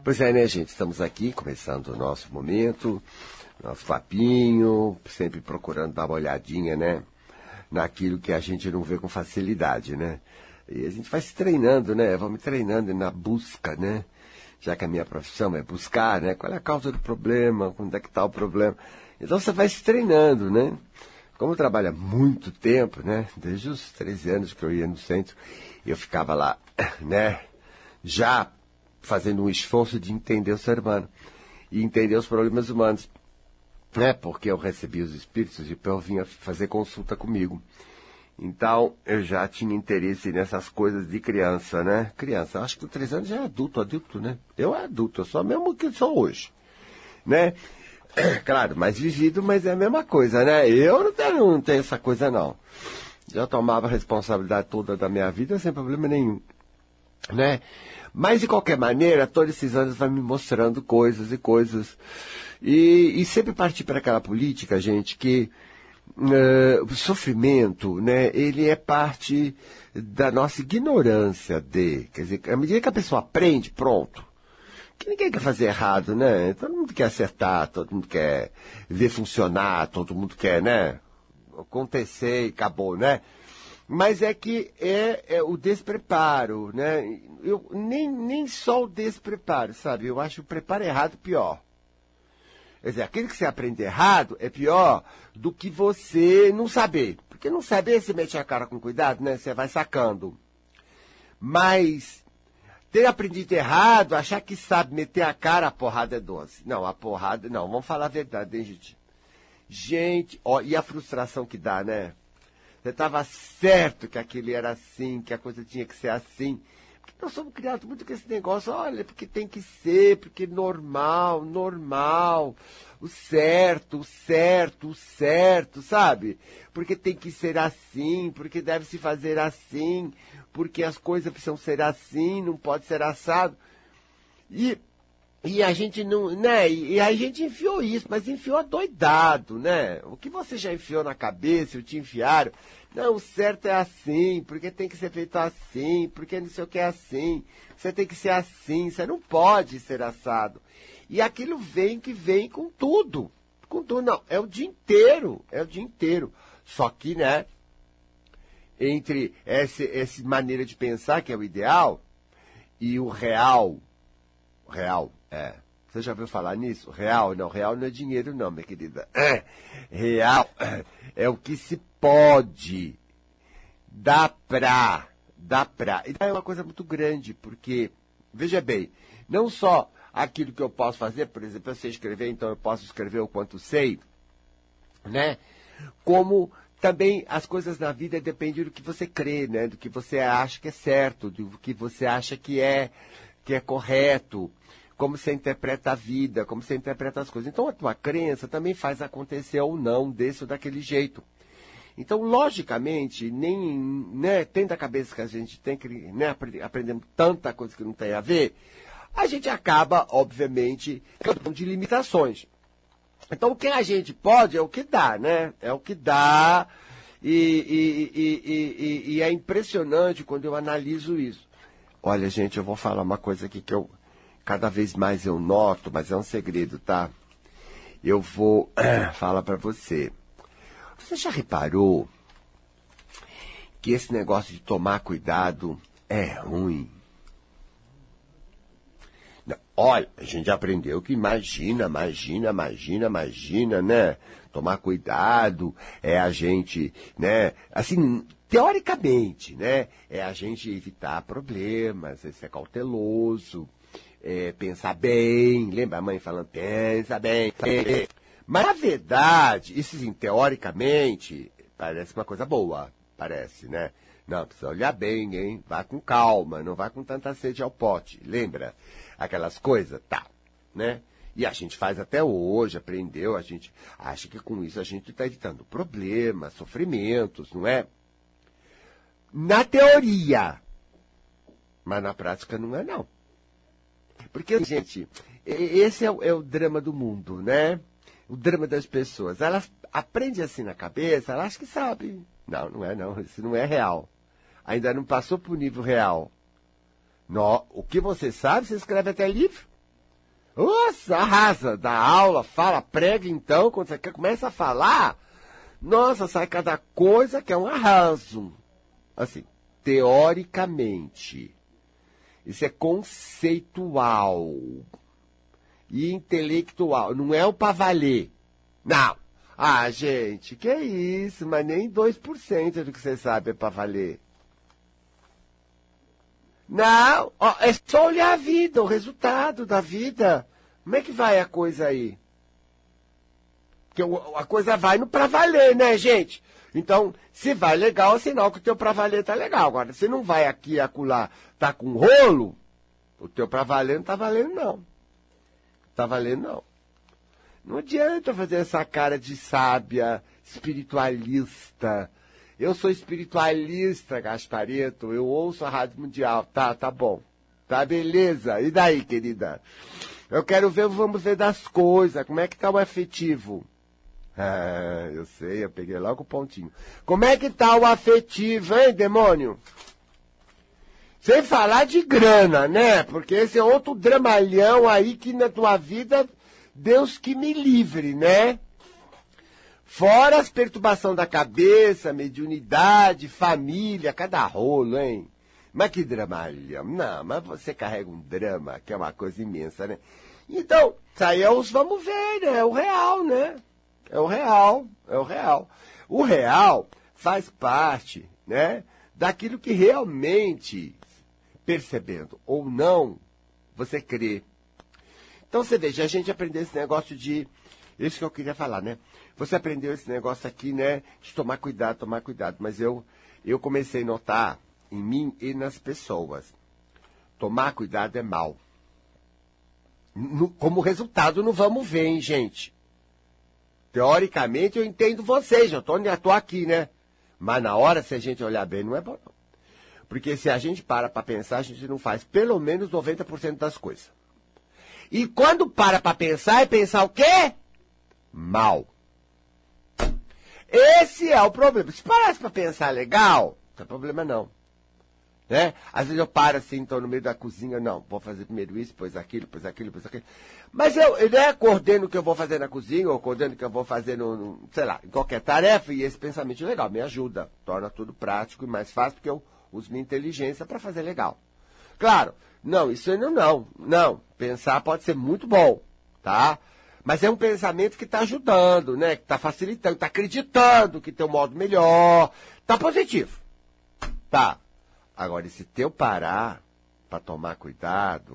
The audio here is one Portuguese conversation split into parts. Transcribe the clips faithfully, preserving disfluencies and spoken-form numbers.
Pois é, né, gente? Estamos aqui, começando o nosso momento, nosso papinho, sempre procurando dar uma olhadinha, né, naquilo que a gente não vê com facilidade, né? E a gente vai se treinando, né? Vamos treinando na busca, né? Já que a minha profissão é buscar, né? Qual é a causa do problema? Onde é que está o problema? Então você vai se treinando, né? Como eu trabalho há muito tempo, né? Desde os treze anos que eu ia no centro, eu ficava lá, né? Já fazendo um esforço de entender o ser humano e entender os problemas humanos, né? Porque eu recebi os espíritos e eu vinha fazer consulta comigo. Então, eu já tinha interesse nessas coisas de criança, né? Criança, acho que com três anos já é adulto, adulto, né? Eu é adulto, eu sou mesmo que sou hoje, né? Claro, mais vivido, mas é a mesma coisa, né? Eu não tenho, não tenho essa coisa, não. Já tomava a responsabilidade toda da minha vida sem problema nenhum, né? Mas, de qualquer maneira, todos esses anos vai me mostrando coisas e coisas. E, e sempre partir para aquela política, gente, que uh, o sofrimento, né, ele é parte da nossa ignorância de... Quer dizer, à medida que a pessoa aprende, pronto. Que ninguém quer fazer errado, né? Todo mundo quer acertar, todo mundo quer ver funcionar, todo mundo quer, né? Acontecer e acabou, né? Mas é que é, é o despreparo, né? Eu, nem, nem só o despreparo, sabe? Eu acho o preparo errado pior. Quer dizer, aquilo que você aprende errado é pior do que você não saber. Porque não saber, você mete a cara com cuidado, né? Você vai sacando. Mas ter aprendido errado, achar que sabe meter a cara, a porrada é doce. Não, a porrada... Não, vamos falar a verdade, hein, gente? Gente, ó, e a frustração que dá, né? Você estava certo que aquilo era assim, que a coisa tinha que ser assim. Porque nós somos criados muito com esse negócio, olha, porque tem que ser, porque normal, normal, o certo, o certo, o certo, sabe? Porque tem que ser assim, porque deve se fazer assim, porque as coisas precisam ser assim, não pode ser assado. E... E a gente não, né, e a gente enfiou isso, mas enfiou adoidado, né? O que você já enfiou na cabeça, o te enfiaram, não, o certo é assim, porque tem que ser feito assim, porque não sei o que é assim, você tem que ser assim, você não pode ser assado. E aquilo vem que vem com tudo, com tudo, não, é o dia inteiro, é o dia inteiro. Só que, né, entre essa, essa maneira de pensar, que é o ideal, e o real, real, é. Você já ouviu falar nisso? Real, não, real não é dinheiro não, minha querida. É. Real é o que se pode. Dá pra, dá pra. E é uma coisa muito grande, porque, veja bem, não só aquilo que eu posso fazer, por exemplo, eu sei escrever, então eu posso escrever o quanto sei, né? Como também as coisas na vida dependem do que você crê, né? Do que você acha que é certo, do que você acha que é, que é correto. Como você interpreta a vida, como você interpreta as coisas. Então, a tua crença também faz acontecer ou não desse ou daquele jeito. Então, logicamente, nem, né, tendo a cabeça que a gente tem que, né, aprendendo tanta coisa que não tem a ver, a gente acaba, obviamente, de limitações. Então, o que a gente pode é o que dá, né? É o que dá e, e, e, e, e é impressionante quando eu analiso isso. Olha, gente, eu vou falar uma coisa aqui que eu... Cada vez mais eu noto, mas é um segredo, tá? Eu vou falar pra você. Você já reparou que esse negócio de tomar cuidado é ruim? Não, olha, a gente aprendeu que imagina, imagina, imagina, imagina, né? Tomar cuidado é a gente, né? Assim, teoricamente, né? É a gente evitar problemas, é ser cauteloso. É, pensar bem, lembra a mãe falando, pensa bem, bem. Mas, na verdade, isso sim, teoricamente, parece uma coisa boa, parece, né? Não, precisa olhar bem, hein? Vá com calma, não vá com tanta sede ao pote, lembra? Aquelas coisas, tá, né? E a gente faz até hoje, aprendeu, a gente acha que com isso a gente está evitando problemas, sofrimentos, não é? Na teoria, mas na prática não é, não. Porque, gente, esse é o, é o drama do mundo, né? O drama das pessoas. Elas aprendem assim na cabeça, elas acham que sabem. Não, não é não, isso não é real. Ainda não passou para o nível real. Não, o que você sabe, você escreve até livro. Nossa, arrasa, dá aula, fala, prega então, quando você quer, começa a falar, nossa, sai cada coisa que é um arraso. Assim, teoricamente, isso é conceitual e intelectual, não é o pra valer. Não. Ah, gente, que isso, mas nem dois por cento do que você sabe é pra valer. Não, ó, é só olhar a vida, o resultado da vida. Como é que vai a coisa aí? Porque a coisa vai no pra valer, né, gente? Então, se vai legal, é sinal que o teu pra valer tá legal. Agora, se não vai aqui e acolá, tá com rolo, o teu pra valer não tá valendo, não. Tá valendo, não. Não adianta fazer essa cara de sábia, espiritualista. Eu sou espiritualista, Gaspareto. Eu ouço a Rádio Mundial. Tá, tá bom. Tá, beleza. E daí, querida? Eu quero ver, vamos ver das coisas. Como é que tá o afetivo? Ah, eu sei, eu peguei logo o pontinho. Como é que tá o afetivo, hein, demônio? Sem falar de grana, né? Porque esse é outro dramalhão aí que na tua vida, Deus que me livre, né? Fora as perturbações da cabeça, mediunidade, família, cada rolo, hein? Mas que dramalhão. Não, mas você carrega um drama, que é uma coisa imensa, né? Então, isso aí é os vamos ver, né? É o real, né? É o real, é o real. O real faz parte, né? Daquilo que realmente, percebendo ou não, você crê. Então, você veja, a gente aprendeu esse negócio de... Isso que eu queria falar, né? Você aprendeu esse negócio aqui, né? De tomar cuidado, tomar cuidado. Mas eu, eu comecei a notar em mim e nas pessoas. Tomar cuidado é mal. No, como resultado, não vamos ver, hein, gente? Teoricamente, eu entendo vocês. Eu tô, eu tô aqui, né? Mas na hora, se a gente olhar bem, não é bom, não. Porque se a gente para para pensar, a gente não faz pelo menos noventa por cento das coisas. E quando para para pensar, é pensar o quê? Mal. Esse é o problema. Se parasse para pensar legal, não tem problema não. Né? Às vezes eu paro assim, estou no meio da cozinha, não, vou fazer primeiro isso, depois aquilo, depois aquilo, depois aquilo. Mas eu, eu né, coordeno o que eu vou fazer na cozinha, ou coordeno o que eu vou fazer no, no, sei lá, em qualquer tarefa, e esse pensamento legal me ajuda, torna tudo prático e mais fácil, porque eu uso minha inteligência para fazer legal. Claro, não, isso aí não, não, não, pensar pode ser muito bom, tá? Mas é um pensamento que está ajudando, né? Que está facilitando, está acreditando que tem um modo melhor. Está positivo. Tá. Agora, esse teu parar para tomar cuidado,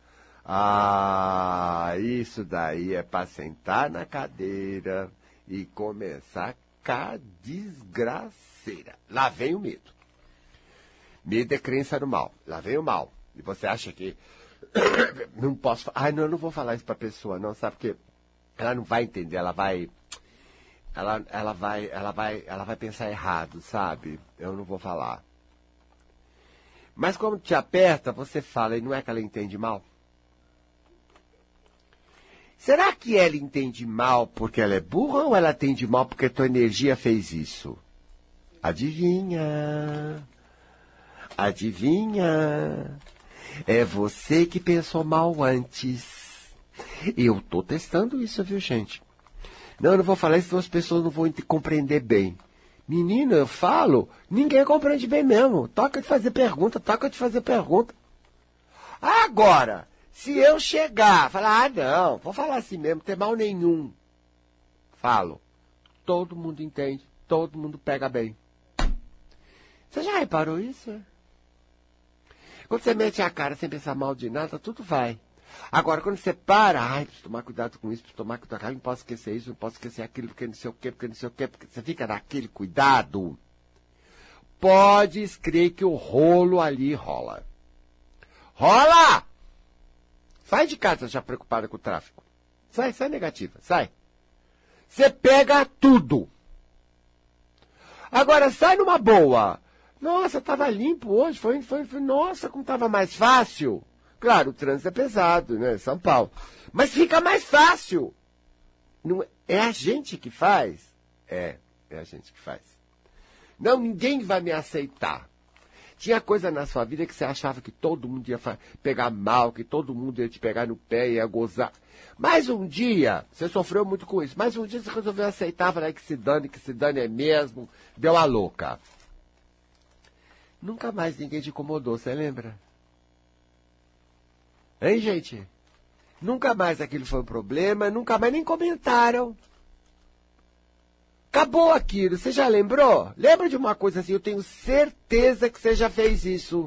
ah, isso daí é para sentar na cadeira e começar com a desgraceira. Lá vem o medo. Medo é crença no mal. Lá vem o mal. E você acha que não posso... Ai, não, eu não vou falar isso para a pessoa, não, sabe? Porque ela não vai entender, ela vai... Ela, ela, vai, ela, vai, ela vai pensar errado, sabe? Eu não vou falar. Mas quando te aperta, você fala, e não é que ela entende mal? Será que ela entende mal porque ela é burra ou ela entende mal porque tua energia fez isso? Adivinha? Adivinha? É você que pensou mal antes. Eu tô testando isso, viu, gente? Não, eu não vou falar isso, senão as pessoas não vão compreender bem. Menina, eu falo, ninguém compreende bem mesmo. Toca de fazer pergunta, toca de fazer pergunta. Agora, se eu chegar, falar, ah, não, vou falar assim mesmo, não tem mal nenhum. Falo, todo mundo entende, todo mundo pega bem. Você já reparou isso? Quando você mete a cara sem pensar mal de nada, tudo vai. Agora, quando você para, ai, preciso tomar cuidado com isso, preciso tomar cuidado com aquilo, não posso esquecer isso, não posso esquecer aquilo, porque não sei o quê, porque não sei o quê, porque você fica naquele cuidado, pode crer que o rolo ali rola. Rola! Sai de casa já preocupada com o tráfico. Sai, sai negativa, sai. Você pega tudo. Agora, sai numa boa. Nossa, estava limpo hoje, foi, foi, foi, nossa, como estava mais fácil. Claro, o trânsito é pesado, né? São Paulo. Mas fica mais fácil. Não, é a gente que faz? É, é a gente que faz. Não, ninguém vai me aceitar. Tinha coisa na sua vida que você achava que todo mundo ia pegar mal, que todo mundo ia te pegar no pé e ia gozar. Mas um dia, você sofreu muito com isso, mas um dia você resolveu aceitar, falar que se dane, que se dane é mesmo, deu a louca. Nunca mais ninguém te incomodou, você lembra? Hein, gente? Nunca mais aquilo foi um problema, nunca mais nem comentaram. Acabou aquilo, você já lembrou? Lembra de uma coisa assim, eu tenho certeza que você já fez isso.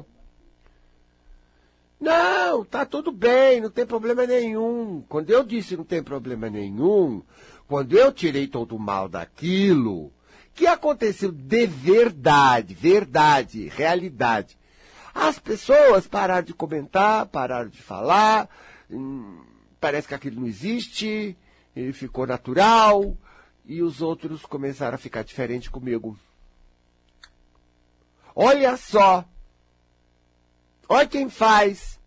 Não, tá tudo bem, não tem problema nenhum. Quando eu disse não tem problema nenhum, quando eu tirei todo o mal daquilo, que aconteceu de verdade, verdade, realidade. As pessoas pararam de comentar, pararam de falar, hum, parece que aquilo não existe, e ficou natural. E os outros começaram a ficar diferente comigo. Olha só. Olha quem faz.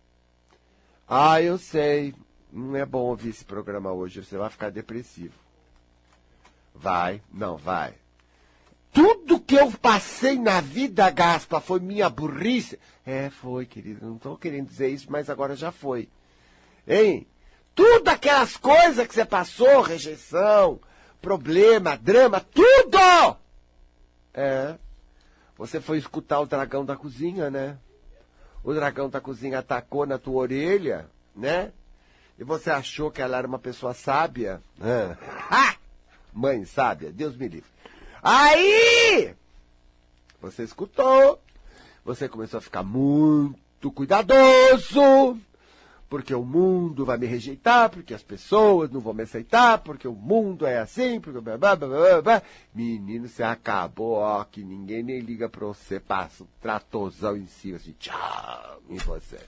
Ah, eu sei. Não é bom ouvir esse programa hoje. Você vai ficar depressivo. Vai. Não, vai. Tudo que eu passei na vida, Gaspa, foi minha burrice. É, foi, querido. Não estou querendo dizer isso, mas agora já foi. Hein? Tudo aquelas coisas que você passou, rejeição, problema, drama, tudo! É. Você foi escutar o dragão da cozinha, né? O dragão da cozinha atacou na tua orelha, né? E você achou que ela era uma pessoa sábia? Ah. Ah! Mãe sábia, Deus me livre. Aí! Você escutou. Você começou a ficar muito cuidadoso. Porque o mundo vai me rejeitar, porque as pessoas não vão me aceitar, porque o mundo é assim, porque... Blá, blá, blá, blá. Menino, você acabou, ó, que ninguém nem liga pra você, passa um tratorzão em cima, assim, tchau, em você.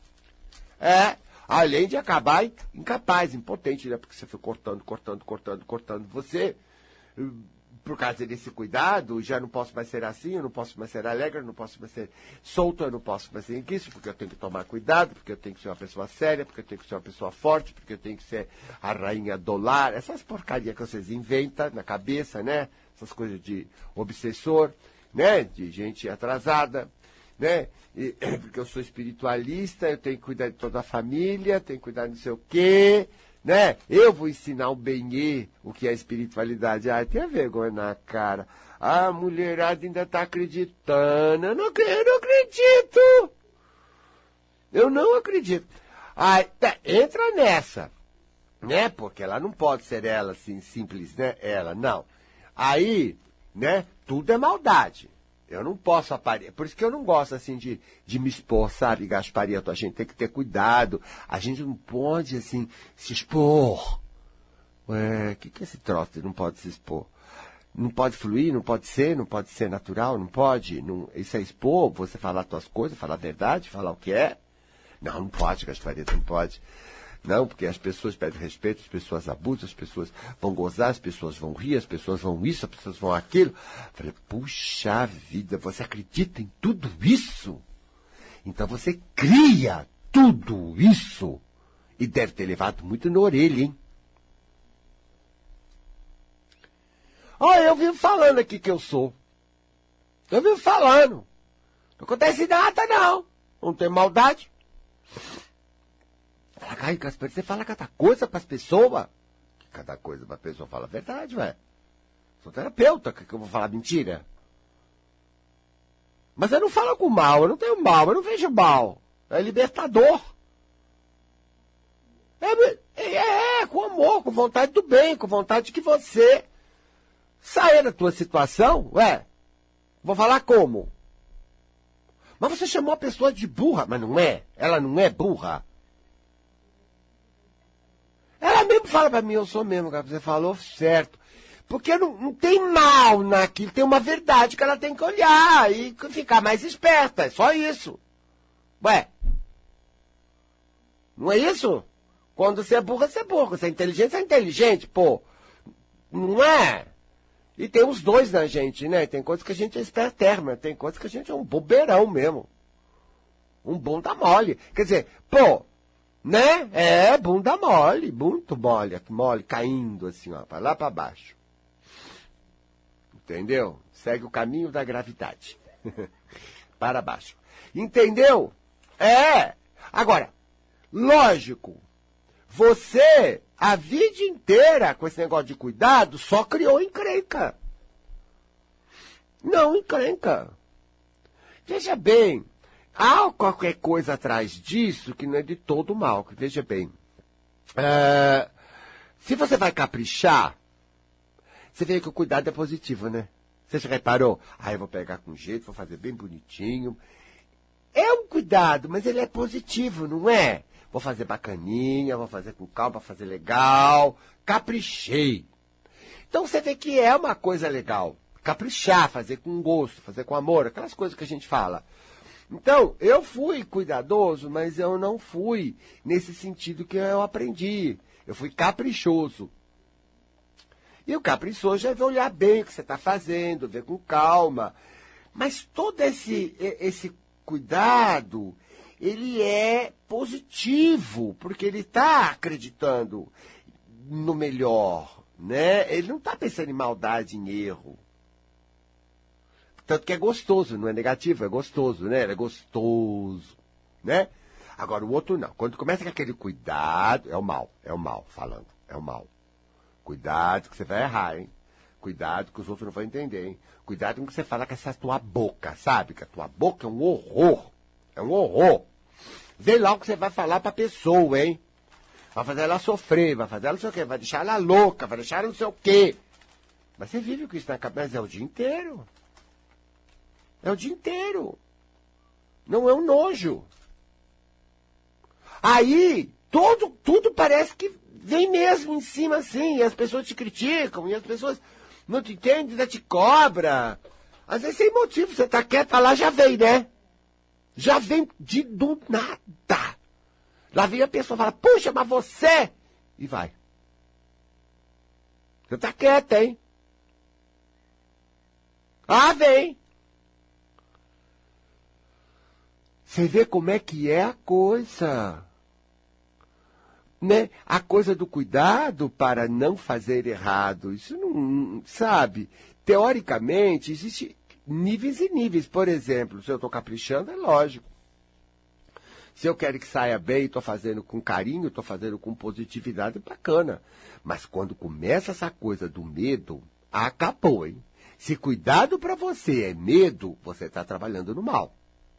É, além de acabar incapaz, impotente, né, porque você foi cortando, cortando, cortando, cortando você... Por causa desse cuidado, já não posso mais ser assim, eu não posso mais ser alegre, eu não posso mais ser solto, eu não posso mais ser isso, porque eu tenho que tomar cuidado, porque eu tenho que ser uma pessoa séria, porque eu tenho que ser uma pessoa forte, porque eu tenho que ser a rainha do lar, essas porcarias que vocês inventam na cabeça, né? Essas coisas de obsessor, né? De gente atrasada, né? E, porque eu sou espiritualista, eu tenho que cuidar de toda a família, tenho que cuidar de não sei o quê... Né? Eu vou ensinar o Benê o que é espiritualidade. Ah, tem vergonha na cara. Ah, a mulherada ainda está acreditando. Eu não, eu não acredito. Eu não acredito. Ah, tá, entra nessa. Né? Porque ela não pode ser ela assim, simples, né? Ela, não. Aí, né? Tudo é maldade. Eu não posso aparecer. Por isso que eu não gosto, assim, de, de me expor, sabe, Gasparito? A gente tem que ter cuidado. A gente não pode, assim, se expor. Ué, o que, que é esse troço? Não pode se expor. Não pode fluir, não pode ser, não pode ser natural, não pode. Não, isso é expor, você falar as tuas coisas, falar a verdade, falar o que é. Não, não pode, Gasparito, não pode. Não, porque as pessoas pedem respeito, as pessoas abusam, as pessoas vão gozar, as pessoas vão rir, as pessoas vão isso, as pessoas vão aquilo. Falei, puxa vida, você acredita em tudo isso? Então você cria tudo isso. E deve ter levado muito na orelha, hein? Olha, eu vivo falando aqui que eu sou. Eu vivo falando. Não acontece nada, não. Não tem maldade. Ai, Gaspar, você fala cada coisa para as pessoas. Que cada coisa para a pessoa fala a verdade, ué. Sou terapeuta, que, que eu vou falar mentira? Mas eu não falo com mal, eu não tenho mal, eu não vejo mal. É libertador. É, é, é, com amor, com vontade do bem, com vontade de que você saia da tua situação, ué. Vou falar como? Mas você chamou a pessoa de burra, mas não é. Ela não é burra. Ela mesmo fala pra mim, eu sou mesmo, cara, você falou certo. Porque não, não tem mal naquilo, tem uma verdade que ela tem que olhar e ficar mais esperta, é só isso. Ué, não é isso? Quando você é burra, você é burra, você é inteligente, você é inteligente, pô. Não é? E tem os dois na gente, né? Tem coisas que a gente é esperterma, tem coisas que a gente é um bobeirão mesmo. Um bunda mole. Quer dizer, pô, né? É, bunda mole, muito mole, mole, caindo assim, ó, pra lá pra baixo. Entendeu? Segue o caminho da gravidade. para baixo. Entendeu? É. Agora, lógico, você, a vida inteira, com esse negócio de cuidado, só criou encrenca. Não encrenca. Veja bem, há qualquer coisa atrás disso que não é de todo mal. Veja bem, é, se você vai caprichar, você vê que o cuidado é positivo, né? Você já reparou? Ah, eu vou pegar com jeito, vou fazer bem bonitinho. É um cuidado, mas ele é positivo, não é? Vou fazer bacaninha, vou fazer com calma, vou fazer legal. Caprichei. Então você vê que é uma coisa legal. Caprichar, fazer com gosto, fazer com amor, aquelas coisas que a gente fala. Então, eu fui cuidadoso, mas eu não fui nesse sentido que eu aprendi. Eu fui caprichoso. E o caprichoso é olhar bem o que você está fazendo, ver com calma. Mas todo esse, esse cuidado, ele é positivo, porque ele está acreditando no melhor, né? Ele não está pensando em maldade, em erro. Tanto que é gostoso, não é negativo, é gostoso, né? É gostoso, né? Agora, o outro não. Quando começa com aquele cuidado, é o mal, é o mal falando, é o mal. Cuidado que você vai errar, hein? Cuidado que os outros não vão entender, hein? Cuidado com o que você fala com essa tua boca, sabe? Que a tua boca é um horror, é um horror. Vê lá o que você vai falar pra pessoa, hein? Vai fazer ela sofrer, vai fazer ela não sei o quê, vai deixar ela louca, vai deixar ela não sei o quê. Mas você vive com isso na cabeça, é o dia inteiro. É o dia inteiro. Não é um nojo. Aí, todo, tudo parece que vem mesmo em cima assim, e as pessoas te criticam, e as pessoas não te entendem, ainda te cobra. Às vezes sem motivo, você tá quieto, lá já vem, né? Já vem de do nada. Lá vem a pessoa e fala, puxa, mas você... E vai. Você tá quieta, hein? Ah, vem. Você vê como é que é a coisa. Né? A coisa do cuidado para não fazer errado. Isso não, sabe? Teoricamente, existe níveis e níveis. Por exemplo, se eu estou caprichando, é lógico. Se eu quero que saia bem, estou fazendo com carinho, estou fazendo com positividade, bacana. Mas quando começa essa coisa do medo, acabou, hein? Se cuidado para você é medo, você está trabalhando no mal.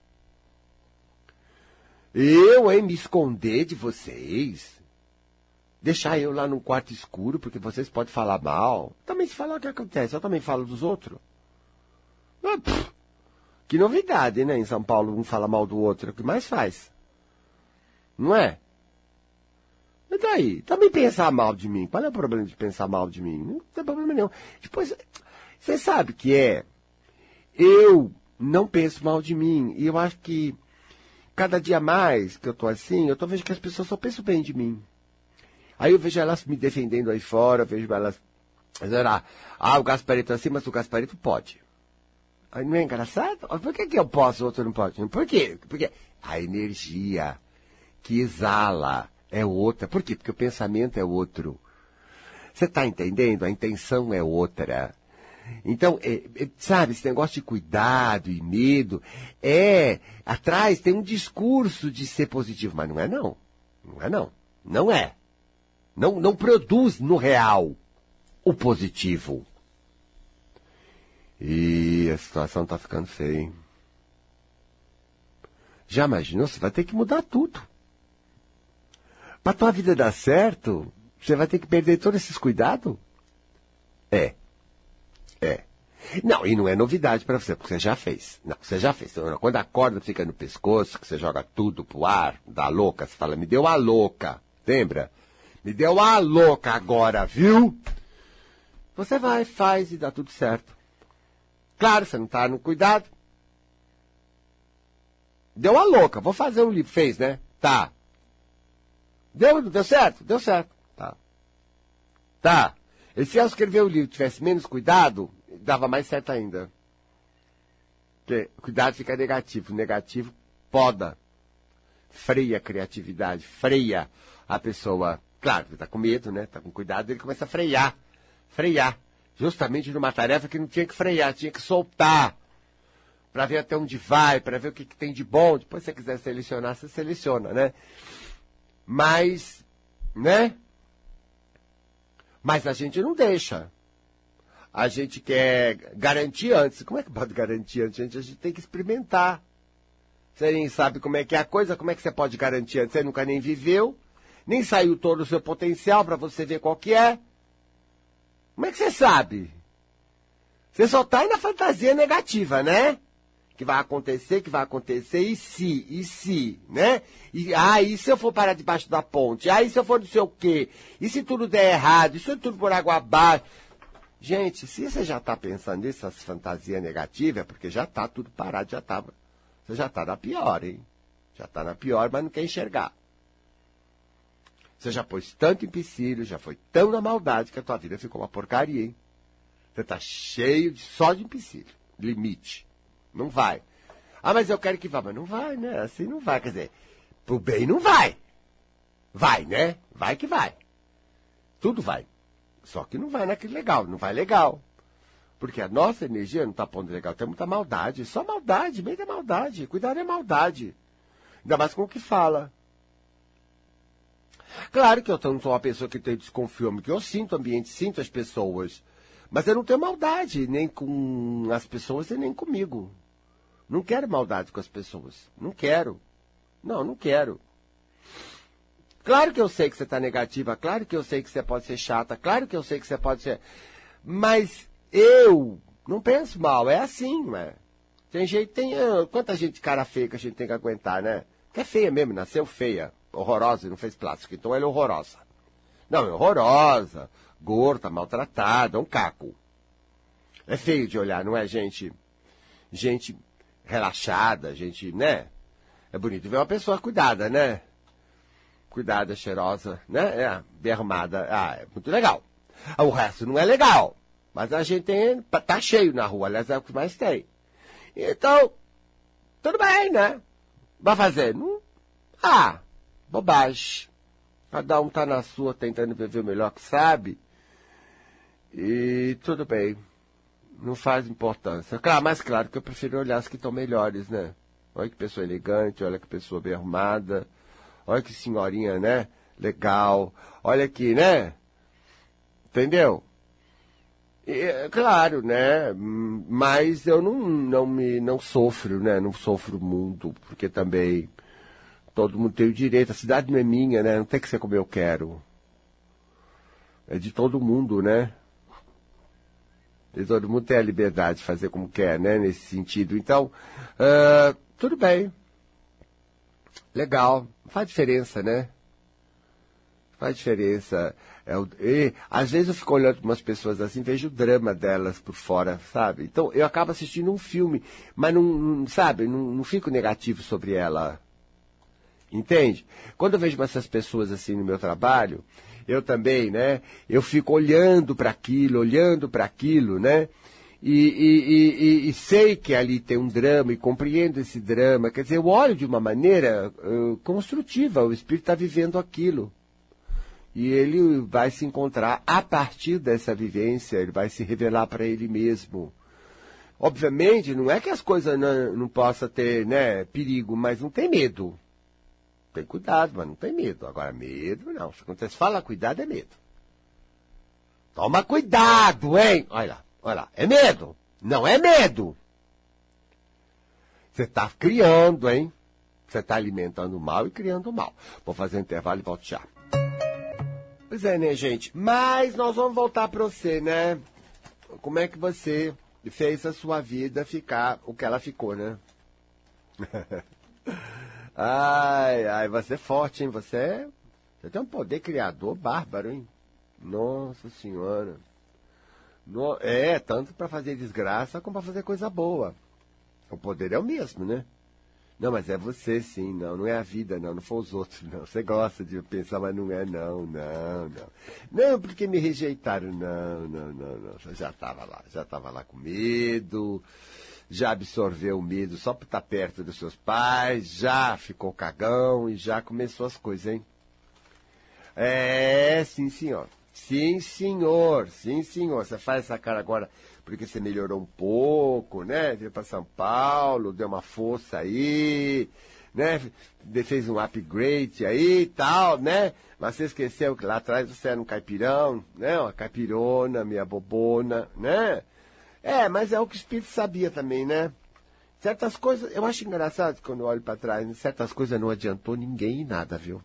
Eu, hein, me esconder de vocês, deixar eu lá num quarto escuro, porque vocês podem falar mal. Também se falar o que acontece, eu também falo dos outros. Ah, pff, que novidade, né? Em São Paulo, um fala mal do outro, é o que mais faz. Não é? E daí? Também pensar mal de mim. Qual é o problema de pensar mal de mim? Não tem problema nenhum. Depois, você sabe que é, eu não penso mal de mim, e eu acho que cada dia mais que eu tô assim, eu tô vendo que as pessoas só pensam bem de mim. Aí eu vejo elas me defendendo aí fora, eu vejo elas dizendo, ah, ah, o Gasparito assim, mas o Gasparito pode. Aí não é engraçado? Por que, que eu posso e o outro não pode? Por quê? Porque a energia que exala é outra. Por quê? Porque o pensamento é outro. Você está entendendo? A intenção é outra. Então, é, é, sabe, esse negócio de cuidado e medo, é, atrás tem um discurso de ser positivo, mas não é não. Não é não. Não é. Não, não produz no real o positivo. E a situação está ficando feia, hein? Já imaginou? Você vai ter que mudar tudo. Para tua vida dar certo, você vai ter que perder todos esses cuidados? É. É. Não, e não é novidade para você, porque você já fez. Não, você já fez. Quando a corda fica no pescoço, que você joga tudo pro ar, dá louca, você fala, me deu a louca. Lembra? Me deu a louca agora, viu? Você vai, faz e dá tudo certo. Claro, você não tá no cuidado. Deu a louca, vou fazer um livro. Fez, né? Tá. Deu, deu certo? Deu certo. Tá. Tá. E se eu escrever o livro e tivesse menos cuidado, dava mais certo ainda. Porque cuidado fica negativo. Negativo poda. Freia a criatividade. Freia a pessoa. Claro, ele tá com medo, né? Tá com cuidado, ele começa a frear. Frear. Justamente numa tarefa que não tinha que frear, tinha que soltar. para ver até onde vai, para ver o que, que tem de bom. Depois, se você quiser selecionar, você seleciona, né? Mas, né? Mas a gente não deixa. A gente quer garantir antes. Como é que pode garantir antes? A gente, a gente tem que experimentar. Você nem sabe como é que é a coisa, como é que você pode garantir antes? Você nunca nem viveu, nem saiu todo o seu potencial para você ver qual que é. Como é que você sabe? Você só está aí na fantasia negativa, né? Que vai acontecer, que vai acontecer, e se, e se, né? E, ah, e se eu for parar debaixo da ponte? Ah, e se eu for não sei o quê? E se tudo der errado? E se tudo por água abaixo? Gente, se você já está pensando nessas fantasias negativas, é porque já está tudo parado, já está. Você já está na pior, hein? Já está na pior, mas não quer enxergar. Você já pôs tanto empecilho, já foi tão na maldade que a tua vida ficou uma porcaria, hein? Você está cheio de, só de empecilho, limite. Não vai. Ah, mas eu quero que vá. Mas não vai, né? Assim não vai. Quer dizer, pro bem não vai. Vai, né? Vai que vai. Tudo vai. Só que não vai naquele legal. Não vai legal. Porque a nossa energia não está pondo legal. Tem muita maldade. Só maldade. Meio da maldade. Cuidado é maldade. Ainda mais com o que fala. Claro que eu não sou uma pessoa que tem desconfiômetro. Que eu sinto o ambiente, sinto as pessoas. Mas eu não tenho maldade. Nem com as pessoas e nem comigo. Não quero maldade com as pessoas. Não quero. Não, não quero. Claro que eu sei que você está negativa. Claro que eu sei que você pode ser chata. Claro que eu sei que você pode ser... Mas eu não penso mal. É assim, né? Tem jeito, tem... Quanta gente cara feia que a gente tem que aguentar, né? Que é feia mesmo, nasceu feia. Horrorosa e não fez plástico. Então ela é horrorosa. Não, é horrorosa. Gorda, maltratada, um caco. É feio de olhar, não é, gente? Gente... relaxada, gente, né? É bonito ver uma pessoa cuidada, né? Cuidada, cheirosa, né? É, bem arrumada. Ah, é muito legal. O resto não é legal. Mas a gente tem, tá cheio na rua, aliás, é o que mais tem. Então, tudo bem, né? Vai fazer? Não? Ah, bobagem. Cada um tá na sua tentando viver o melhor que sabe. E tudo bem. Não faz importância. Claro, mas claro que eu prefiro olhar as que estão melhores, né? Olha que pessoa elegante, olha que pessoa bem arrumada. Olha que senhorinha, né? Legal. Olha aqui, né? Entendeu? E, claro, né? Mas eu não, não me não sofro, né? Não sofro muito, porque também todo mundo tem o direito. A cidade não é minha, né? Não tem que ser como eu quero. É de todo mundo, né? E todo mundo tem a liberdade de fazer como quer, né? Nesse sentido. Então, uh, tudo bem. Legal. Faz diferença, né? Faz diferença. É, e, às vezes eu fico olhando para umas pessoas assim, vejo o drama delas por fora, sabe? Então, eu acabo assistindo um filme, mas não, não sabe, não, não fico negativo sobre ela. Entende? Quando eu vejo essas pessoas assim no meu trabalho... Eu também, né? Eu fico olhando para aquilo, olhando para aquilo, né? E, e, e, e sei que ali tem um drama e compreendo esse drama. Quer dizer, eu olho de uma maneira uh, construtiva. O espírito está vivendo aquilo. E ele vai se encontrar a partir dessa vivência, ele vai se revelar para ele mesmo. Obviamente, não é que as coisas não, não possam ter, né, perigo, mas não tem medo. Tem cuidado, mas não tem medo. Agora, medo, não. Quando você fala cuidado, é medo. Toma cuidado, hein? Olha lá, olha lá. É medo. Não é medo. Você está criando, hein? Você está alimentando o mal e criando o mal. Vou fazer um intervalo e volto já. Pois é, né, gente? Mas nós vamos voltar para você, né? Como é que você fez a sua vida ficar o que ela ficou, né? Ai, ai, você é forte, hein? Você, é, você tem um poder criador bárbaro, hein? Nossa Senhora. No, é, tanto para fazer desgraça como para fazer coisa boa. O poder é o mesmo, né? Não, mas é você, sim. Não, não é a vida, não. Não foi os outros, não. Você gosta de pensar, mas não é, não, não, não. Não, porque me rejeitaram. Não, não, não, não. Você já estava lá. Já estava lá com medo. Já absorveu o medo só por estar perto dos seus pais, já ficou cagão e já começou as coisas, hein? É, sim, senhor. Sim, senhor, sim, senhor. Você faz essa cara agora porque você melhorou um pouco, né? Veio para São Paulo, deu uma força aí, né? Fez um upgrade aí e tal, né? Mas você esqueceu que lá atrás você era um caipirão, né? Uma caipirona, minha bobona, né? É, mas é o que o espírito sabia também, né? Certas coisas, eu acho engraçado quando eu olho para trás, né? Certas coisas não adiantou ninguém em nada, viu?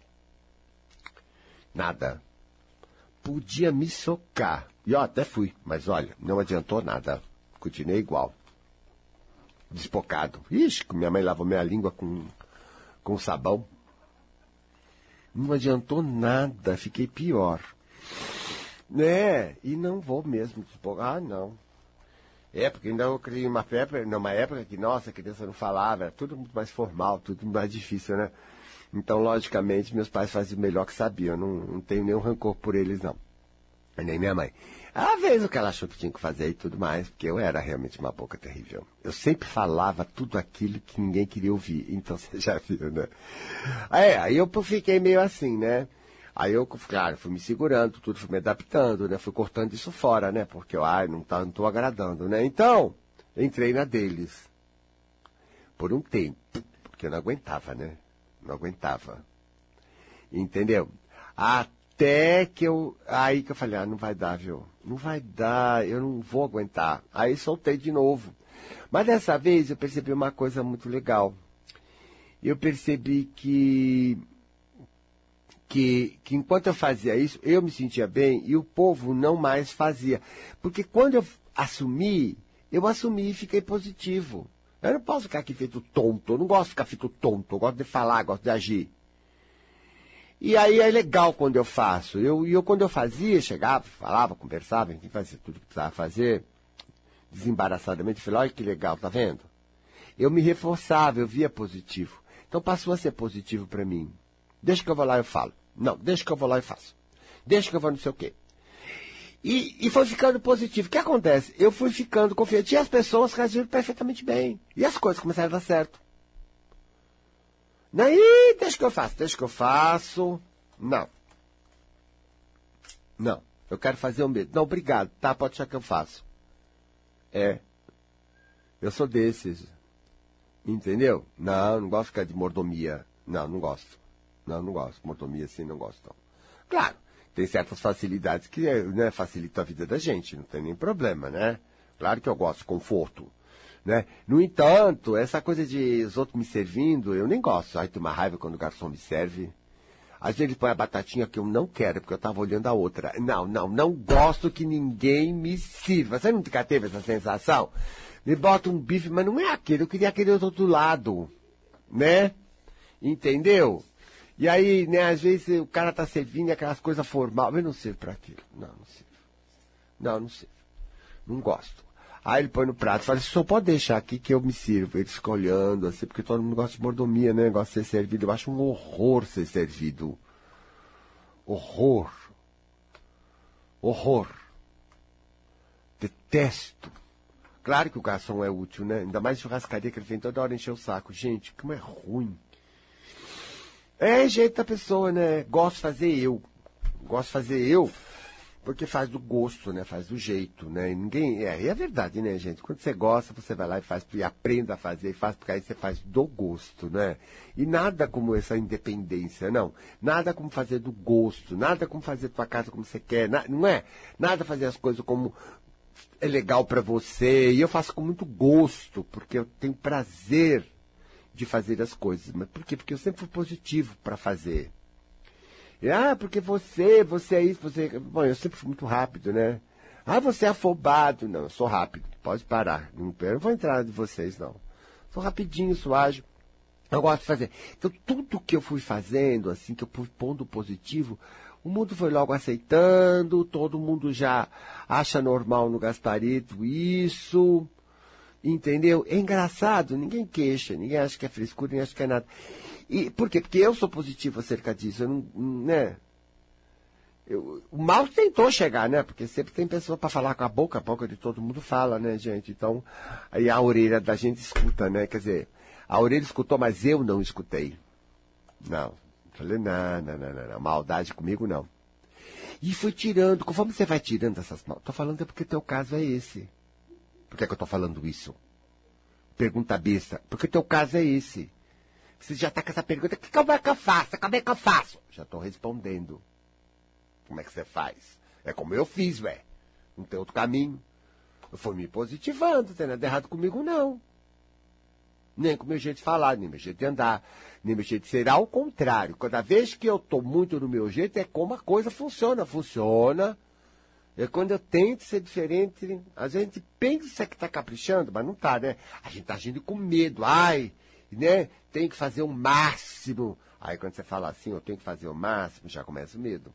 Nada. Podia me socar. E ó, até fui, mas olha, não adiantou nada. Continuei igual. Despocado. Ixi, minha mãe lavou minha língua com, com sabão. Não adiantou nada, fiquei pior. Né? E não vou mesmo despocar. Ah, não. É, porque ainda eu criei uma época, numa época que, nossa, a criança não falava, era tudo muito mais formal, tudo muito mais difícil, né? Então, logicamente, meus pais faziam o melhor que sabiam. Eu não, não tenho nenhum rancor por eles, não. Nem minha mãe. Ela fez o que ela achou que tinha que fazer e tudo mais, porque eu era realmente uma boca terrível. Eu sempre falava tudo aquilo que ninguém queria ouvir. Então, você já viu, né? Aí, aí eu fiquei meio assim, né? Aí eu, claro, fui me segurando, tudo, fui me adaptando, né? Fui cortando isso fora, né? Porque eu, ai, não, tá, não tô agradando, né? Então, entrei na deles. Por um tempo. Porque eu não aguentava, né? Não aguentava. Entendeu? Até que eu... Aí que eu falei, ah, não vai dar, viu? Não vai dar, eu não vou aguentar. Aí soltei de novo. Mas dessa vez eu percebi uma coisa muito legal. Eu percebi que... Que, que enquanto eu fazia isso, eu me sentia bem e o povo não mais fazia. Porque quando eu assumi, eu assumi e fiquei positivo. Eu não posso ficar aqui feito tonto, eu não gosto de ficar feito tonto, eu gosto de falar, gosto de agir. E aí é legal quando eu faço. E eu, eu, quando eu fazia, chegava, falava, conversava, enfim, fazia tudo que precisava fazer, desembaraçadamente, falei, olha que legal, tá vendo? Eu me reforçava, eu via positivo. Então passou a ser positivo para mim. Deixa que eu vou lá e eu falo. Não, deixa que eu vou lá e faço. Deixa que eu vou não sei o quê. E, e foi ficando positivo. O que acontece? Eu fui ficando confiante e as pessoas reagiram perfeitamente bem. E as coisas começaram a dar certo. Daí, deixa que eu faço, deixa que eu faço. Não. Não, eu quero fazer o mesmo. Não, obrigado, tá, pode deixar que eu faço. É. Eu sou desses. Entendeu? Não, não gosto de ficar de mordomia. Não, não gosto. Não, não gosto. Mordomia assim, não gosto. Não. Claro, tem certas facilidades que, né, facilitam a vida da gente, não tem nem problema, né? Claro que eu gosto de conforto, né? No entanto, essa coisa de os outros me servindo, eu nem gosto. Ai, tem uma raiva quando o garçom me serve. Às vezes ele põe a batatinha que eu não quero, porque eu estava olhando a outra. Não, não, não gosto que ninguém me sirva. Você nunca teve essa sensação? Me bota um bife, mas não é aquele, eu queria aquele do outro lado, né? Entendeu? E aí, né, às vezes o cara tá servindo aquelas coisas formais. Eu não sirvo para aquilo. Não, não sirvo. Não, não sirvo. Não gosto. Aí ele põe no prato e fala, só pode deixar aqui que eu me sirvo. Ele fica olhando, assim, porque todo mundo gosta de mordomia, né? Gosta de ser servido. Eu acho um horror ser servido. Horror. Horror. Detesto. Claro que o garçom é útil, né? Ainda mais churrascaria que ele vem toda hora encher o saco. Gente, como é ruim. É jeito da pessoa, né? Gosto de fazer eu. Gosto de fazer eu, porque faz do gosto, né? Faz do jeito, né? E ninguém... É, é verdade, né, gente? Quando você gosta, você vai lá e faz, e aprende a fazer, e faz, porque aí você faz do gosto, né? E nada como essa independência, não. Nada como fazer do gosto, nada como fazer tua casa como você quer, na, não é? Nada fazer as coisas como é legal pra você. E eu faço com muito gosto, porque eu tenho prazer de fazer as coisas. Mas por quê? Porque eu sempre fui positivo para fazer. E, ah, porque você, você é isso, você... Bom, eu sempre fui muito rápido, né? Ah, você é afobado. Não, eu sou rápido. Pode parar. Não, eu não vou entrar de vocês, não. Sou rapidinho, sou ágil. Eu gosto de fazer. Então, tudo que eu fui fazendo, assim, que eu fui pondo positivo, o mundo foi logo aceitando, todo mundo já acha normal no Gasparito isso... Entendeu? É engraçado, ninguém queixa, ninguém acha que é frescura, ninguém acha que é nada. E por quê? Porque eu sou positivo acerca disso, eu não, né? Eu, o mal tentou chegar, né? Porque sempre tem pessoa para falar com a boca, a boca de todo mundo fala, né, gente? Então, aí a orelha da gente escuta, né? Quer dizer, a orelha escutou, mas eu não escutei. Não. Falei, não, não, não, não, não. Maldade comigo, não. E fui tirando, conforme você vai tirando essas mal, tô falando é porque teu caso é esse. Por que é que eu tô falando isso? Pergunta besta, porque teu caso é esse. Você já tá com essa pergunta, que como é que eu faço? Como é que eu faço? Já tô respondendo. Como é que você faz? É como eu fiz, ué. Não tem outro caminho. Eu fui me positivando, não tem nada errado comigo, não. Nem com o meu jeito de falar, nem meu jeito de andar, nem meu jeito de ser. Ao contrário, cada vez que eu estou muito no meu jeito, é como a coisa funciona. Funciona. É quando eu tento ser diferente. A gente pensa que está caprichando, mas não está, né? A gente está agindo com medo. Ai, né? Tem que fazer o máximo. Aí quando você fala assim, eu tenho que fazer o máximo, já começa o medo.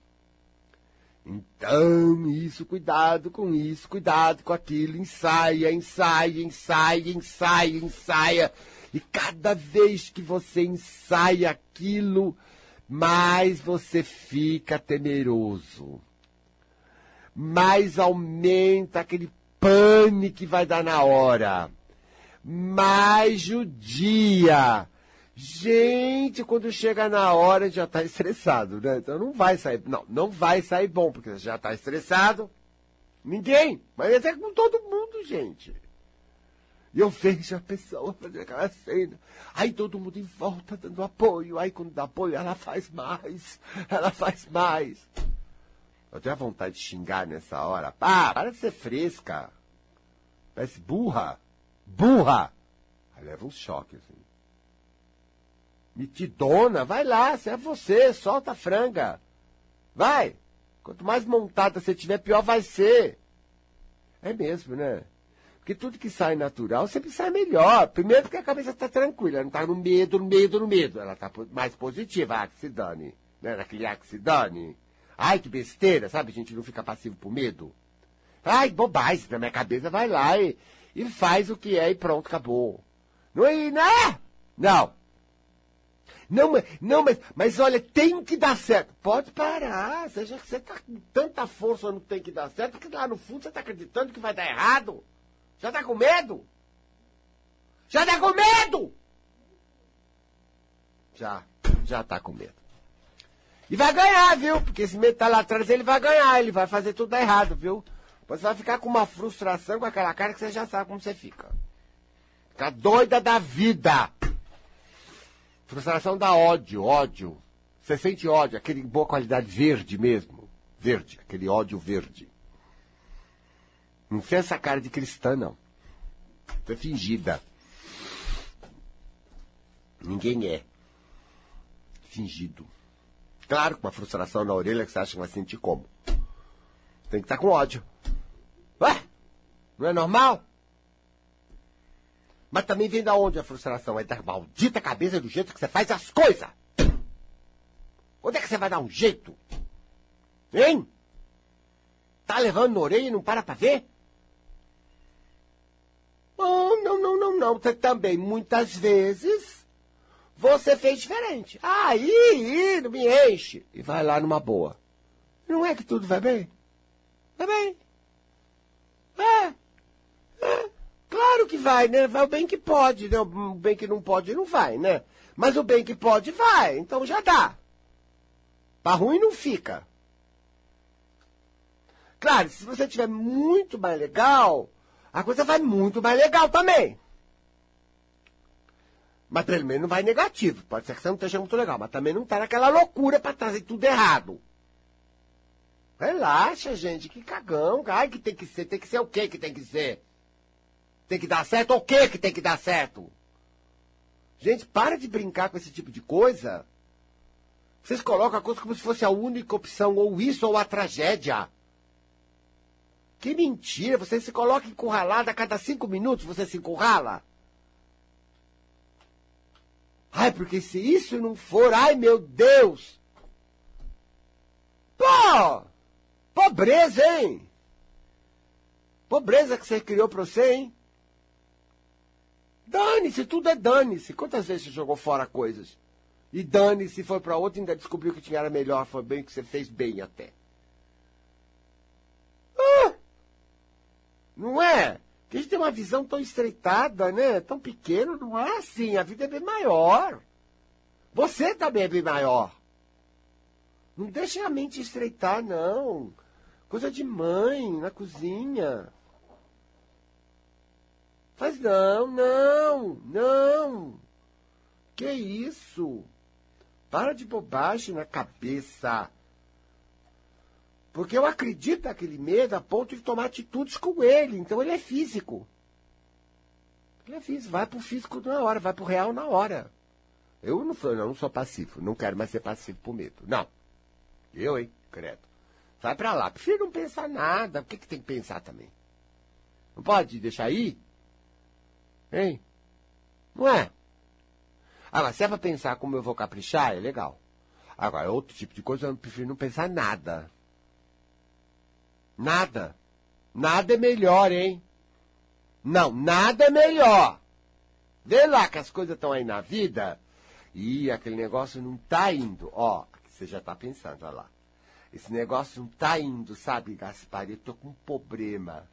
Então, isso, cuidado com isso, cuidado com aquilo, ensaia, ensaia, ensaia, ensaia, ensaia. E cada vez que você ensaia aquilo, mais você fica temeroso. Mais aumenta aquele pânico que vai dar na hora. Mais judia. Gente, quando chega na hora, já está estressado, né? Então não vai sair, não, não vai sair bom, porque você já está estressado. Ninguém, mas até com todo mundo, gente. E eu vejo a pessoa fazer aquela cena. Aí todo mundo em volta dando apoio. Aí quando dá apoio, ela faz mais. Ela faz mais. Eu tenho a vontade de xingar nessa hora. Pá, para de ser fresca. Parece burra. Burra. Aí leva um choque, assim. Mitidona, vai lá, se é você, solta a franga. Vai. Quanto mais montada você tiver, pior vai ser. É mesmo, né? Porque tudo que sai natural sempre sai melhor. Primeiro porque a cabeça está tranquila, não está no medo, no medo, no medo. Ela está mais positiva, ah, que se dane. Né? Naquele ah, que se dane. Ai, que besteira, sabe? A gente não fica passivo por medo. Ai, bobagem, na minha cabeça vai lá e, e faz o que é e pronto, acabou. Não é, né? Não. Não, mas, não mas, mas olha, tem que dar certo. Pode parar. Seja que você está com tanta força no tem que dar certo, porque lá no fundo você está acreditando que vai dar errado. Já está com medo? Já está com medo? Já, já está com medo. E vai ganhar, viu? Porque esse medo tá lá atrás, ele vai ganhar, ele vai fazer tudo errado, viu? Você vai ficar com uma frustração, com aquela cara que você já sabe como você fica. Fica doida da vida. Frustração dá ódio, ódio. Você sente ódio, aquele boa qualidade verde mesmo. Verde, aquele ódio verde. Não tem essa cara de cristã, não. Você é fingida. Ninguém é. Fingido. Claro, com uma frustração na orelha que você acha que vai sentir como. Tem que estar com ódio. Ué? Não é normal? Mas também vem da onde a frustração? É da maldita cabeça do jeito que você faz as coisas. Onde é que você vai dar um jeito? Hein? Tá levando na orelha e não para pra ver? Oh, não, não, não, não. Você também, muitas vezes, você fez diferente. Aí, não me enche. E vai lá numa boa. Não é que tudo vai bem? Vai bem. É. É. Claro que vai, né? Vai o bem que pode, né? O bem que não pode não vai, né? Mas o bem que pode vai, então já dá. Pra ruim não fica. Claro, se você tiver muito mais legal, a coisa vai muito mais legal também. Mas pelo menos não vai negativo. Pode ser que você não esteja muito legal, mas também não tá naquela loucura pra trazer tudo errado. Relaxa, gente, que cagão. Ai, que tem que ser, tem que ser o que que tem que ser? Tem que dar certo? O que que tem que dar certo? Gente, para de brincar com esse tipo de coisa. Vocês colocam a coisa como se fosse a única opção, ou isso ou a tragédia. Que mentira, você se coloca encurralado a cada cinco minutos, você se encurrala. Ai, porque se isso não for, ai meu Deus. Pô, pobreza, hein? Pobreza que você criou pra você, hein? Dane-se, tudo é dane-se. Quantas vezes você jogou fora coisas? E dane-se, foi pra outra e ainda descobriu que tinha era melhor, foi bem, que você fez bem até. Ah, não é? Porque a gente tem uma visão tão estreitada, né? Tão pequena, não é assim. A vida é bem maior. Você também é bem maior. Não deixa a mente estreitar, não. Coisa de mãe, na cozinha. Faz não, não, não. Que isso? Para de bobagem na cabeça. Porque eu acredito naquele medo a ponto de tomar atitudes com ele. Então ele é físico. Ele é físico. Vai pro físico na hora, vai pro real na hora. Eu não sou, eu não sou passivo. Não quero mais ser passivo por medo. Não. Eu, hein? Credo. Vai pra lá. Prefiro não pensar nada. O que, que tem que pensar também? Não pode deixar aí? Hein? Não é? Agora, se é pra pensar como eu vou caprichar, é legal. Agora, outro tipo de coisa, eu prefiro não pensar nada. Nada. Nada é melhor, hein? Não, nada é melhor. Vê lá que as coisas estão aí na vida e aquele negócio não tá indo. Ó, você já tá pensando, olha lá. Esse negócio não tá indo, sabe, Gaspar? Eu tô com um problema.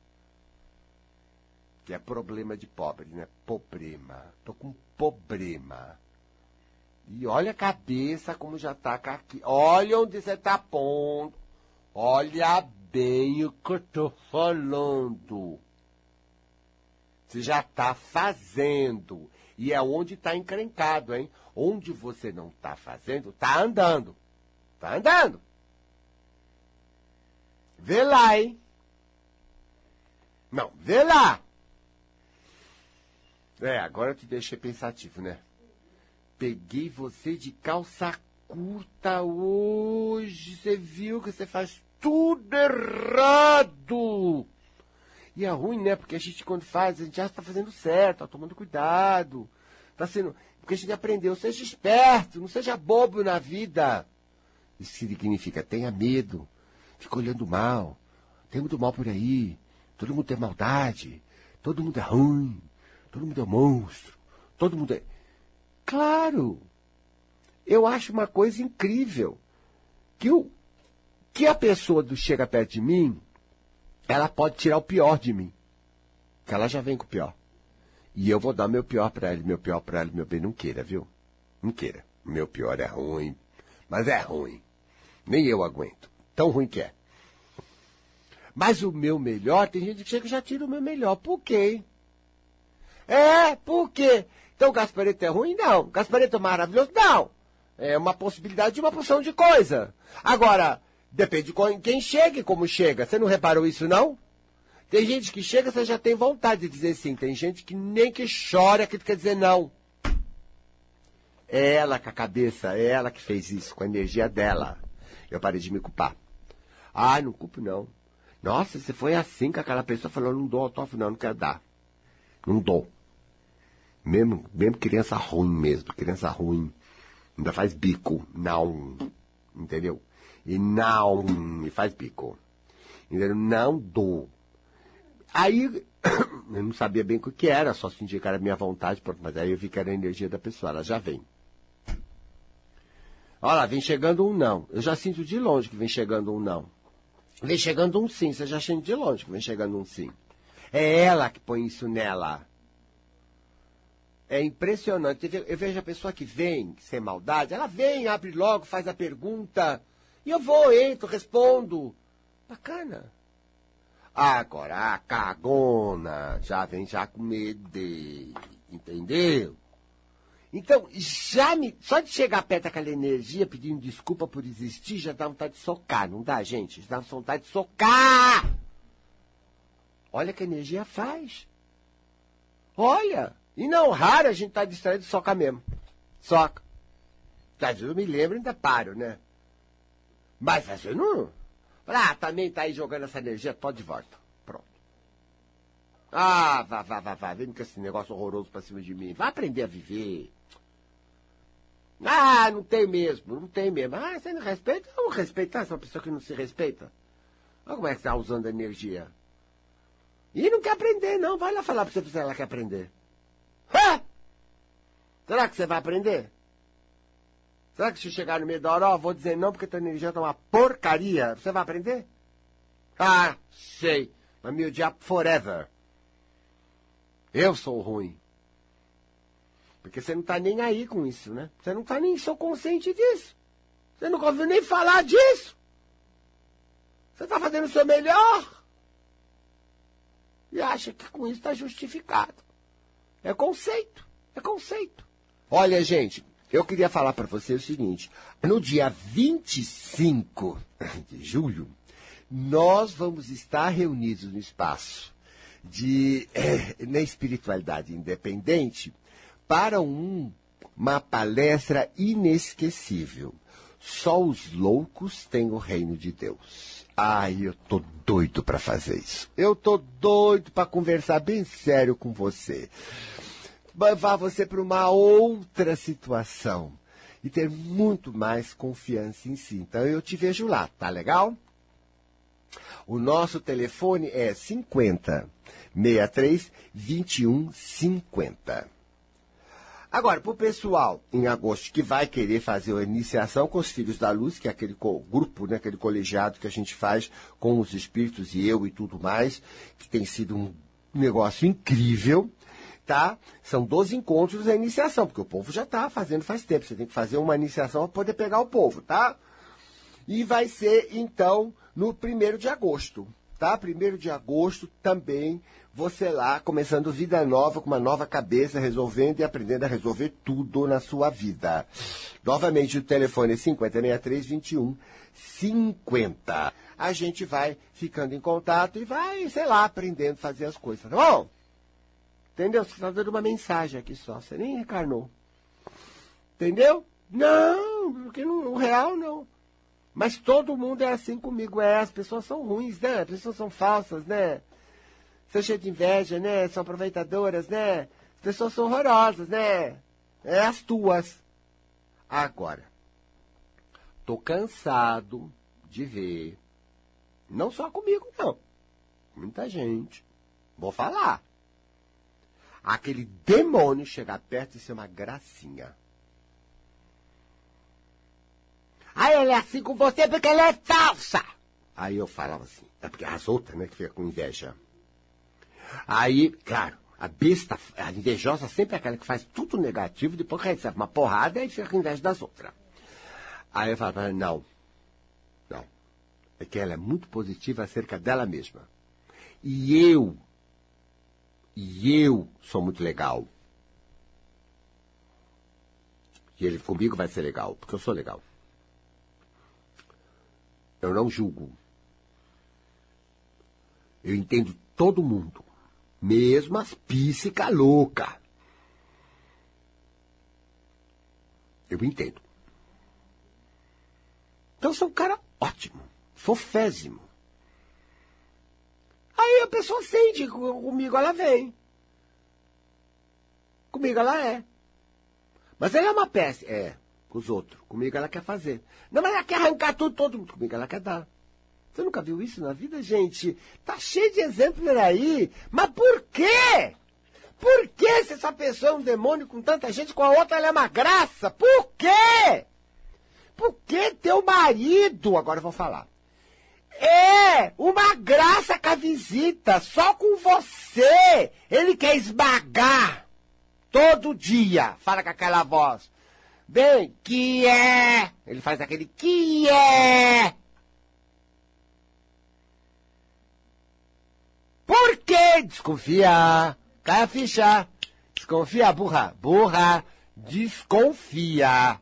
Que é problema de pobre, né? Problema. Tô com um problema. E olha a cabeça como já tá aqui. Olha onde você tá pondo. Olha bem o que eu tô falando. Você já tá fazendo. E é onde tá encrencado, hein? Onde você não tá fazendo, tá andando. Tá andando. Vê lá, hein? Não, vê lá. É, agora eu te deixei pensativo, né? Peguei você de calça curta hoje. Você viu que você faz tudo errado. E é ruim, né? Porque a gente, quando faz, a gente já está fazendo certo, tá tomando cuidado. Tá sendo... Porque a gente aprendeu, seja esperto, não seja bobo na vida. Isso significa, tenha medo. Fica olhando mal. Tem muito mal por aí. Todo mundo tem maldade. Todo mundo é ruim. Todo mundo é monstro. Todo mundo é... Claro! Eu acho uma coisa incrível. Que, o, que a pessoa do chega perto de mim, ela pode tirar o pior de mim. Que ela já vem com o pior. E eu vou dar meu pior pra ela. Meu pior pra ela, meu bem, não queira, viu? Não queira. Meu pior é ruim. Mas é ruim. Nem eu aguento. Tão ruim que é. Mas o meu melhor, tem gente que chega e já tira o meu melhor. Por quê? É, por quê? Então o Gaspareto é ruim? Não. O Gaspareto é maravilhoso? Não. É uma possibilidade de uma porção de coisa. Agora, depende de quem chega e como chega. Você não reparou isso, não? Tem gente que chega, você já tem vontade de dizer sim. Tem gente que nem que chora que quer dizer não. É ela com a cabeça, é ela que fez isso, com a energia dela. Eu parei de me culpar. Ah, não culpo não. Nossa, você foi assim com aquela pessoa falando, não dou autógrafo não, não quero dar. Não dou. Mesmo, mesmo criança ruim mesmo, criança ruim. Ainda faz bico. Não. Entendeu? E não, e faz bico. Entendeu? Não dou. Aí, eu não sabia bem o que era, só sentia que era a minha vontade, mas aí eu vi que era a energia da pessoa, ela já vem. Olha lá, vem chegando um não. Eu já sinto de longe que vem chegando um não. Vem chegando um sim, você já sente de longe que vem chegando um sim. É ela que põe isso nela. É impressionante. Eu vejo a pessoa que vem sem maldade, ela vem, abre logo, faz a pergunta, e eu vou, entro, respondo. Bacana. Agora, a cagona já vem já com medo, entendeu? Então, já me, só de chegar perto daquela energia, pedindo desculpa por existir, já dá vontade de socar, não dá, gente? Já dá vontade de socar! Olha que a energia faz. Olha! E não raro a gente tá distraído de socar mesmo. Soca. Às vezes eu me lembro e ainda paro, né? Mas às vezes não... Ah, também tá aí jogando essa energia toda de volta. Pronto. Ah, vá, vá, vá, vá. Vem com esse negócio horroroso pra cima de mim. Vai aprender a viver. Ah, não tem mesmo, não tem mesmo. Ah, você não respeita? Eu vou respeitar essa pessoa que não se respeita. Olha como é que você tá usando a energia. E não quer aprender, não. Vai lá falar pra você se ela quer aprender. Hã? Será que você vai aprender? Será que se chegar no meio da hora, ó, vou dizer não porque tua energia tá uma porcaria, você vai aprender? Ah, sei. Mas meu diabo forever. Eu sou ruim. Porque você não tá nem aí com isso, né? Você não tá nem sou consciente disso. Você nunca ouviu nem falar disso? Você está fazendo o seu melhor? E acha que com isso está justificado. É conceito, é conceito. Olha, gente, eu queria falar para você o seguinte. No dia vinte e cinco de julho, nós vamos estar reunidos no espaço de, é, na espiritualidade independente para um, uma palestra inesquecível. Só os loucos têm o reino de Deus. Ai, eu tô doido para fazer isso. Eu tô doido para conversar bem sério com você. Levar você para uma outra situação e ter muito mais confiança em si. Então eu te vejo lá, tá legal? O nosso telefone é cinquenta, sessenta e três, vinte e um, cinquenta. Agora, para o pessoal em agosto que vai querer fazer a iniciação com os Filhos da Luz, que é aquele co- grupo, né, aquele colegiado que a gente faz com os espíritos e eu e tudo mais, que tem sido um negócio incrível, tá? São doze encontros da iniciação, porque o povo já está fazendo faz tempo. Você tem que fazer uma iniciação para poder pegar o povo, tá? E vai ser, então, no primeiro de agosto, tá? primeiro de agosto também, você lá, começando vida nova, com uma nova cabeça, resolvendo e aprendendo a resolver tudo na sua vida. Novamente, o telefone é cinquenta, sessenta e três, vinte e um, cinquenta. A gente vai ficando em contato e vai, sei lá, aprendendo a fazer as coisas, tá bom? Entendeu? Você está dando uma mensagem aqui só, você nem reencarnou. Entendeu? Não, porque no real não. Mas todo mundo é assim comigo, é, as pessoas são ruins, né? As pessoas são falsas, né? São cheias de inveja, né? São aproveitadoras, né? As pessoas são horrorosas, né? É as tuas. Agora, tô cansado de ver, não só comigo, não. Muita gente. Vou falar. Aquele demônio chegar perto e ser uma gracinha. Aí ele é assim com você porque ela é falsa. Aí eu falava assim, é porque as outras, né, que fica com inveja. Aí, claro, a besta, a invejosa sempre é aquela que faz tudo negativo, depois recebe uma porrada e fica com inveja das outras. Aí eu falava, não, não. É que ela é muito positiva acerca dela mesma. E eu, e eu sou muito legal. E ele comigo vai ser legal, porque eu sou legal. Eu não julgo. Eu entendo todo mundo. Mesmo as píssica louca. Eu entendo. Então eu sou um cara ótimo. Fofésimo. Aí a pessoa sente, comigo ela vem. Comigo ela é. Mas ela é uma peça. É. Com os outros. Comigo ela quer fazer. Não, mas ela quer arrancar tudo, todo mundo. Comigo ela quer dar. Você nunca viu isso na vida, gente? Tá cheio de exemplos aí. Mas por quê? Por que se essa pessoa é um demônio com tanta gente, com a outra ela é uma graça? Por quê? Por que teu marido, agora eu vou falar, é uma graça com a visita, só com você. Ele quer esmagar todo dia. Fala com aquela voz. Bem, que é? Ele faz aquele que é? Por que desconfia? Cai a ficha. Desconfia, burra. Burra, desconfia.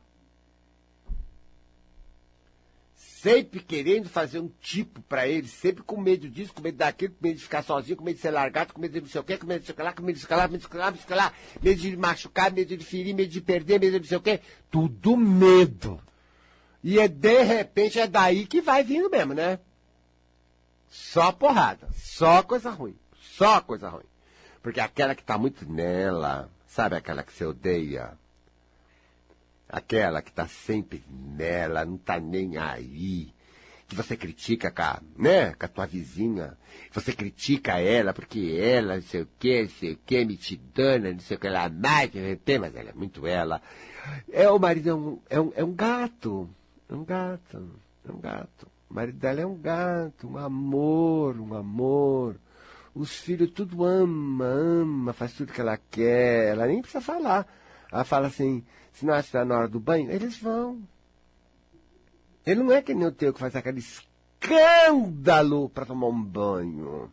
Sempre querendo fazer um tipo pra ele, sempre com medo disso, com medo daquilo, com medo de ficar sozinho, com medo de ser largado, com medo de não sei o quê, com medo de sei lá, com medo de escalar, medo de escalar, medo de escalar, medo de machucar, medo de ferir, medo de perder, medo de não sei o quê. Tudo medo. E é de repente é daí que vai vindo mesmo, né? Só porrada, só coisa ruim, só coisa ruim. Porque aquela que tá muito nela, sabe aquela que você odeia? Aquela que tá sempre nela, não tá nem aí. Que você critica com a, né, com a tua vizinha. Você critica ela porque ela, não sei o que, não sei o que, mitidana, não sei o que lá mais, mas ela é muito ela. É, o marido é um, é um, é um gato, é um gato, é um gato. O marido dela é um gato, um amor, um amor. Os filhos tudo ama, ama, faz tudo que ela quer. Ela nem precisa falar. Ela fala assim, se não está na hora do banho, eles vão. Ele não é que nem o teu que faz aquele escândalo para tomar um banho.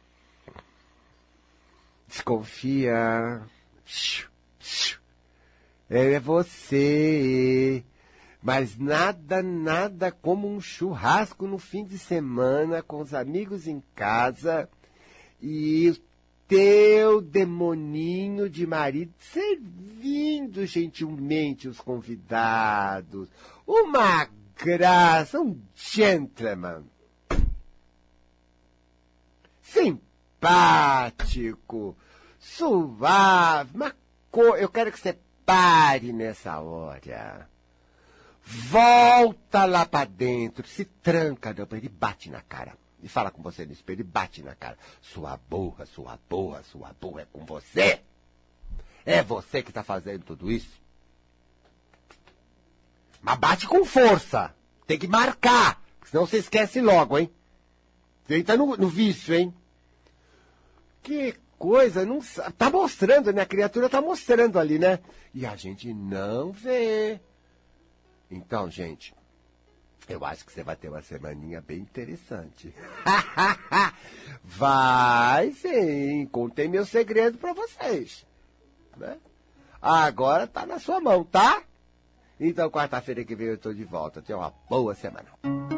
Desconfia. É você. Mas nada, nada como um churrasco no fim de semana com os amigos em casa e o teu demoninho de marido servindo gentilmente os convidados. Uma graça, um gentleman. Simpático, suave, mas co... eu quero que você pare nessa hora. Volta lá pra dentro, se tranca no espelho e bate na cara. E fala com você no espelho e bate na cara. Sua burra, sua burra, sua burra é com você. É você que tá fazendo tudo isso. Mas bate com força. Tem que marcar, senão você esquece logo, hein? Você entra no, no vício, hein? Que coisa, não tá mostrando, né? A criatura tá mostrando ali, né? E a gente não vê. Então, gente, eu acho que você vai ter uma semaninha bem interessante. Vai sim, contei meu segredo pra vocês. Né? Agora tá na sua mão, tá? Então, quarta-feira que vem eu tô de volta. Tenha uma boa semana.